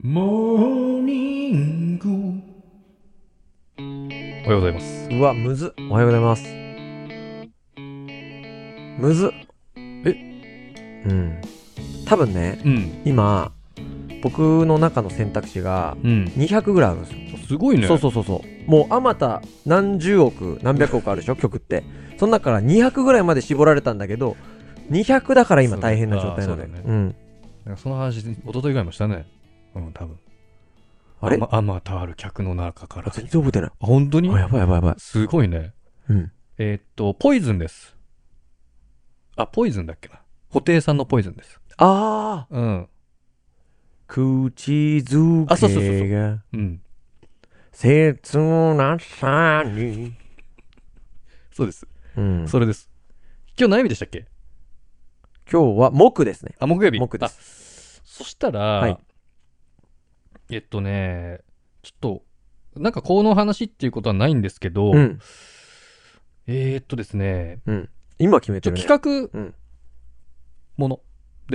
モーニング。おはようございます。 うわ、むずっ。おはようございます。むずっ。多分ね、今、僕の中の選択肢が200ぐらいあるんですよ。 すごいね。 そう。もうあまた何十億、何百億あるでしょ、曲って。その中から200ぐらいまで絞られたんだけど、200だから今大変な状態なので。 なんかその話、一昨日ぐらいもしたね。多分。 あれあまたある客の中から。 全然覚えてない。 本当に？ やばい。 すごいね。ポイズンです。ポイズンだっけな。布袋さんのポイズンです。 口づけが切なさに。 そうです。それです。今日何曜日でしたっけ？ 今日は木ですね。 木曜日。 木です。 そしたら、ちょっと、なんかこの話っていうことはないんですけど、ですね、 今決めてるね。 企画ものです。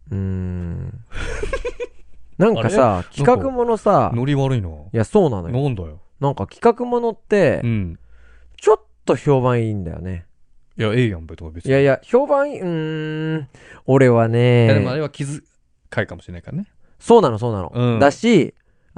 なんかさ、企画ものさ、 ノリ悪いな。 いや、そうなのよ。 なんだよ。 なんか企画ものって、ちょっと評判いいんだよね。 いや、ええやん、別に。 いや、評判いい、俺はね。 いや、でもあれは気遣いかもしれないからね。 そうなの。だし、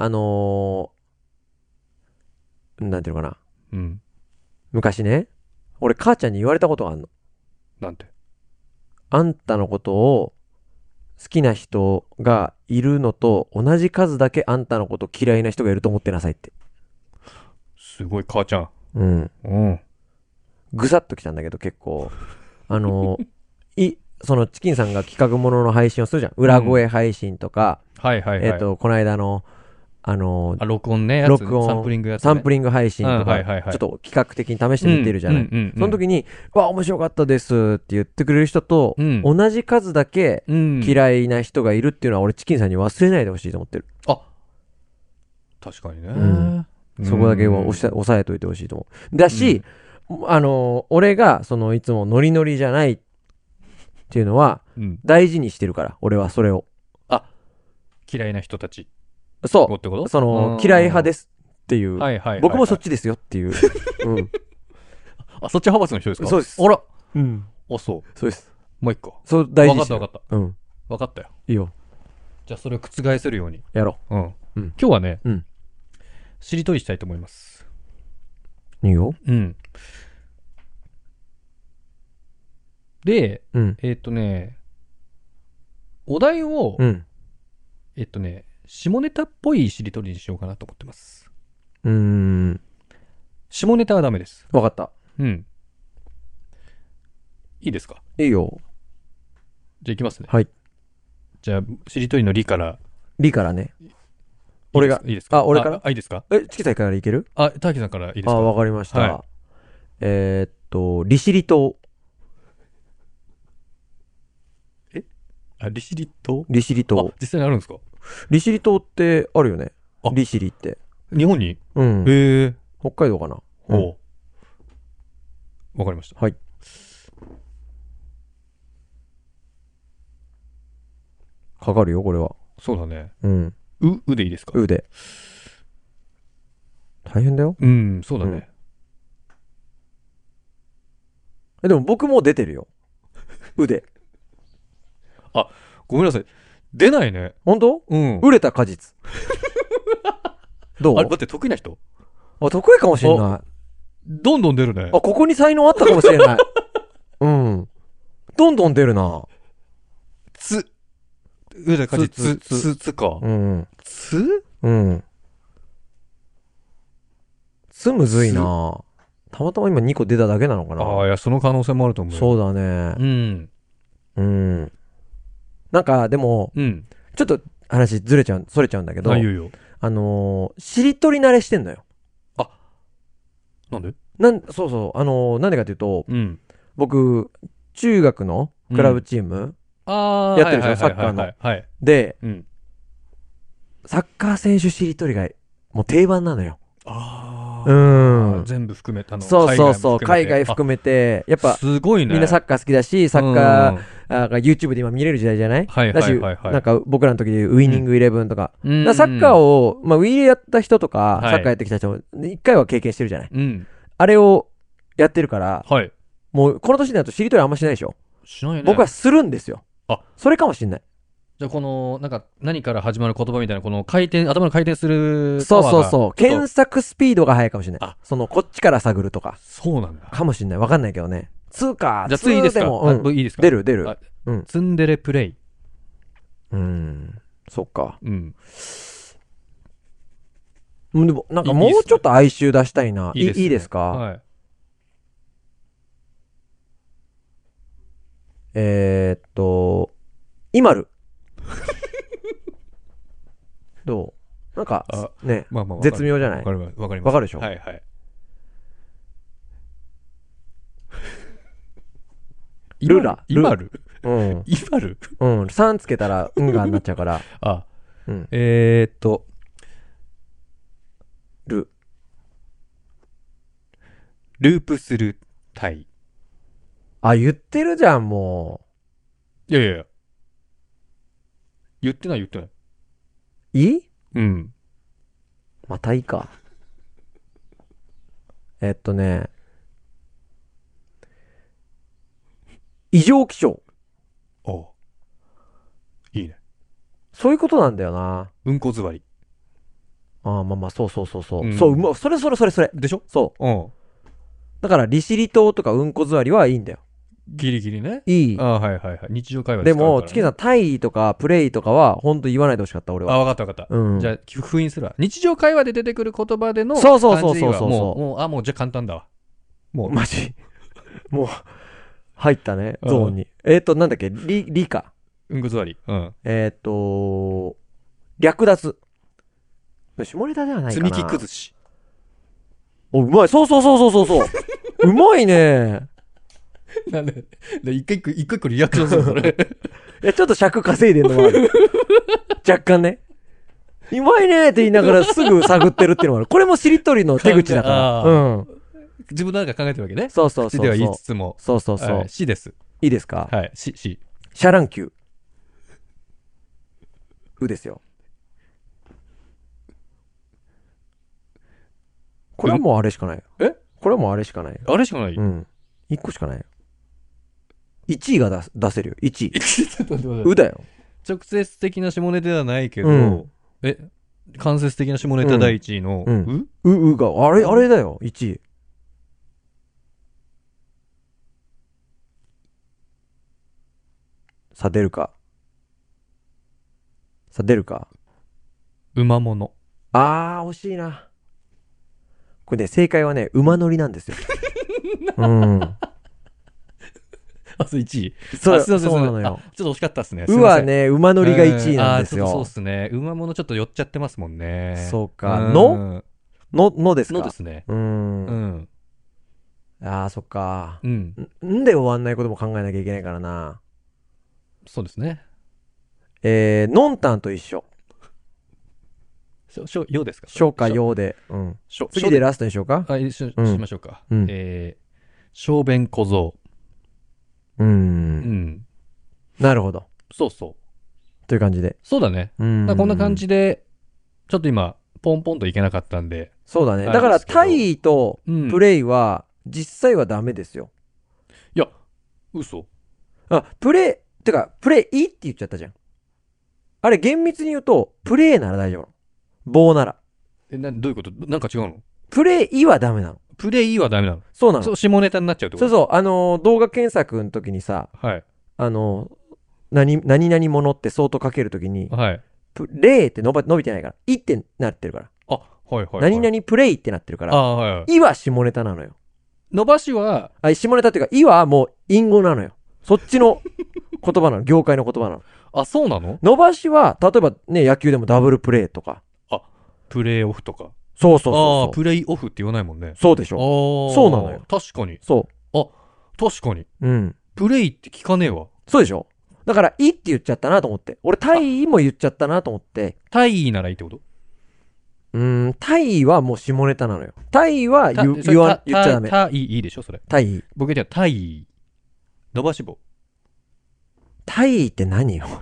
なんていうのかな。昔ね、俺母ちゃんに言われたことがあるの。 なんて？ あんたのことを好きな人がいるのと同じ数だけあんたのこと嫌いな人がいると思ってなさいって。 すごい母ちゃん。 ぐさっときたんだけど結構。そのチキンさんが企画ものの配信をするじゃん。裏声配信とか。この間の録音ね、 録音、 サンプリングやつ、 サンプリング配信とか、ちょっと企画的に試してみてるじゃない。その時に、面白かったですって言ってくれる人と、同じ数だけ嫌いな人がいるっていうのは、俺チキンさんに忘れないでほしいと思ってる。 確かにね。 そこだけは押さえといてほしいと思う。だし、俺が、いつもノリノリじゃないっていうのは、大事にしてるから、俺はそれを。 嫌いな人たち。 そう。嫌い派ですっていう。僕もそっちですよっていう。そっち派閥の人ですか？ そうです。 あら。そう。 そうです。 もう一個。 そう、大事です。 わかった。わかったよ。 いいよ。 じゃあそれを覆せるように。 やろう。 今日はね、しりとりしたいと思います。 いいよ。 で、お題を、下ネタっぽいしりとりにしようかなと思ってます。下ネタはダメです。 わかった。 いいですか？ いいよ。 じゃあいきますね。 はい。 じゃあ、しりとりのりから。 りからね。俺が。 いいですか？ 俺から？ いいですか？ チキさんからいける？ たけさんからいいですか？ わかりました。利尻島。 利尻島？ 利尻島。 実際にあるんですか？ 利尻島ってあるよね。利尻って。 日本に？ 北海道かな。 わかりました。 はい。かかるよ、これは。 そうだね。 うでいいですか？ うで。大変だよ。 そうだね。 でも僕も出てるよ。うで。 ごめんなさい。出ないね。 本当？売れた果実。どう？ だって得意な人？ 得意かもしれない。 どんどん出るね。 ここに才能あったかもしれない。どんどん出るな。 売れた果実。つか。 つむずいな。たまたま今2個出ただけなのかな。 いや、その可能性もあると思う。 そうだね。なんか、でも、ちょっと話それちゃうんだけど、しりとり慣れしてんのよ。 なんで？ そうそう、なんでかっていうと、僕、中学のクラブチーム、やってるでしょ、サッカーの。で、サッカー選手しりとりが、もう定番なのよ。 全部含めたの。 そう、海外含めて、やっぱ、 すごいね。 みんなサッカー好きだし、サッカー YouTube で今見れる時代じゃない？ はいはいはいはい。 なんか僕らの時でウイニングイレブンとか。サッカーを、ウィーやった人とか、サッカーやってきた人も、一回は経験してるじゃない？あれをやってるから、もうこの年になるとしりとりあんましないでしょ？しないね。僕はするんですよ。それかもしんない。じゃあなんか何から始まる言葉みたいな、頭の回転するパワーが。検索スピードが速いかもしれない。こっちから探るとか。そうなんだ。かもしんない。わかんないけどね。じゃあ次いいですか？いいですか？出る。ツンデレプレイ。そっか。でも、なんかもうちょっと哀愁出したいな。いいですか？はい。イマル。どう？なんか、ね、絶妙じゃない？わかります。わかるでしょ？はいはい。ルラ。イマル？イマル？3つけたら、がになっちゃうから。ループするタイ。言ってるじゃん、もう。いや。言ってない。いい？またいいか。異常気象。いいね。そういうことなんだよな。うんこ座り。そう。そう、それ。でしょ？そう。だから、利尻島とかうんこ座りはいいんだよ。ギリギリね。いい。はい。日常会話で使うからね。でも、チキンさん、タイとかプレイとかは、ほんと言わないでほしかった、俺は。わかった。じゃあ、封印するわ。日常会話で出てくる言葉での。そう。もう、じゃあ簡単だわ。もう。マジ。もう、入ったね、ゾーンに。なんだっけ、理か。うんこ座り。略奪。下ネタではないかな。積み木崩し。うまい。そう。うまいね。なんで、一個一個リアクションするそれ。いや、ちょっと尺稼いでんのもある。若干ね。うまいねって言いながらすぐ探ってるっていうのもある。これもしりとりの手口だから。自分の中で考えてるわけね。そう。口では言いつつも。そう。しです。いいですか？はい。し。シャランキュー。うですよ。これはもうあれしかない。これはもうあれしかない。あれしかない？1個しかないよ。1位が出せるよ。1位。ちょっと待って。うだよ。直接的な下ネタではないけど、間接的な下ネタ第1位の、うが、あれだよ。1位。さあ出るか。馬物。惜しいな。これね、正解はね、馬乗りなんですよ。それ1位？そうなのよ。ちょっと惜しかったっすね。はね、馬乗りが1位なんですよ。そうっすね。馬物ちょっと寄っちゃってますもんね。そうか。のですか？のですね。そっか。んで終わんないことも考えなきゃいけないからな。そうですね。のんたんと一緒。ようですか？しょうか、ようで。次でラストにしようか？しましょうか。小便小僧。なるほど。そう。という感じで。そうだね。こんな感じで、ちょっと今、ポンポンといけなかったんで。そうだね。だから、タイとプレイは、実際はダメですよ。いや、嘘。プレイって言っちゃったじゃん。あれ、厳密に言うと、プレイなら大丈夫。棒なら。どういうこと？なんか違うの？プレイはダメなの。プレイはダメなの。そうなの。そう、下ネタになっちゃうってこと？そう。動画検索の時にさ、はい。何々ものって相当かけるときに、はい。レイって伸びてないから、いってなってるから。はい。何々プレイってなってるから、はい。いは下ネタなのよ。伸ばしは、下ネタっていうか、いはもう隠語なのよ。そっちの言葉なの。業界の言葉なの。そうなの？伸ばしは、例えばね、野球でもダブルプレイとか。プレイオフとか。そう。プレイオフって言わないもんね。そうでしょ。そうなのよ。確かに。そう。確かに。プレイって聞かねえわ。そうでしょ。だから、いって言っちゃったなと思って。俺、タイも言っちゃったなと思って。タイならいいってこと？タイはもう下ネタなのよ。タイは言っちゃダメ。タイいいでしょ、それ。タイ。僕言ったらタイ。伸ばし棒。 タイって何よ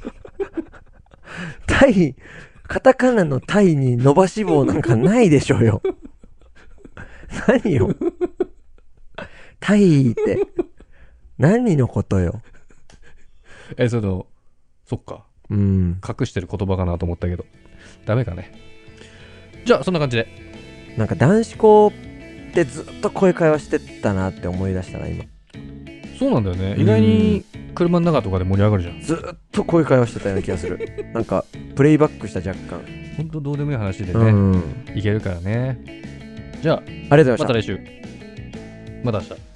タイ、カタカナのタイに伸ばし棒なんかないでしょうよ。何よ。タイって、何のことよ。 そっか。隠してる言葉かなと思ったけど。ダメかね。じゃあ、そんな感じで。 なんか男子校ってずっと声会話してたなって思い出したな、今。 そうなんだよね。意外に車の中とかで盛り上がるじゃん。 ずっと声会話してたような気がする。なんか、プレイバックした若干。 ほんとどうでもいい話でね。いけるからね。じゃあ、 ありがとうございました。 また来週。また明日。